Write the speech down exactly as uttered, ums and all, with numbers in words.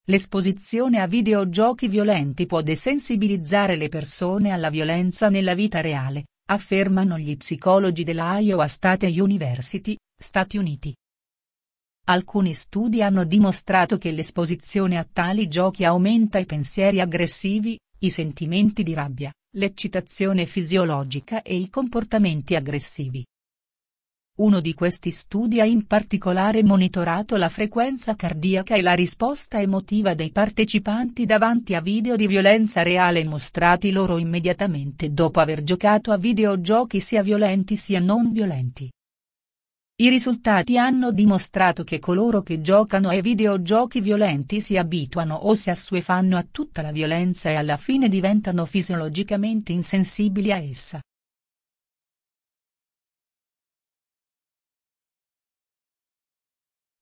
L'esposizione a videogiochi violenti può desensibilizzare le persone alla violenza nella vita reale, affermano gli psicologi della Iowa State University, Stati Uniti. Alcuni studi hanno dimostrato che l'esposizione a tali giochi aumenta i pensieri aggressivi, i sentimenti di rabbia, l'eccitazione fisiologica e i comportamenti aggressivi. Uno di questi studi ha in particolare monitorato la frequenza cardiaca e la risposta emotiva dei partecipanti davanti a video di violenza reale mostrati loro immediatamente dopo aver giocato a videogiochi sia violenti sia non violenti. I risultati hanno dimostrato che coloro che giocano ai videogiochi violenti si abituano o si assuefanno a tutta la violenza e alla fine diventano fisiologicamente insensibili a essa.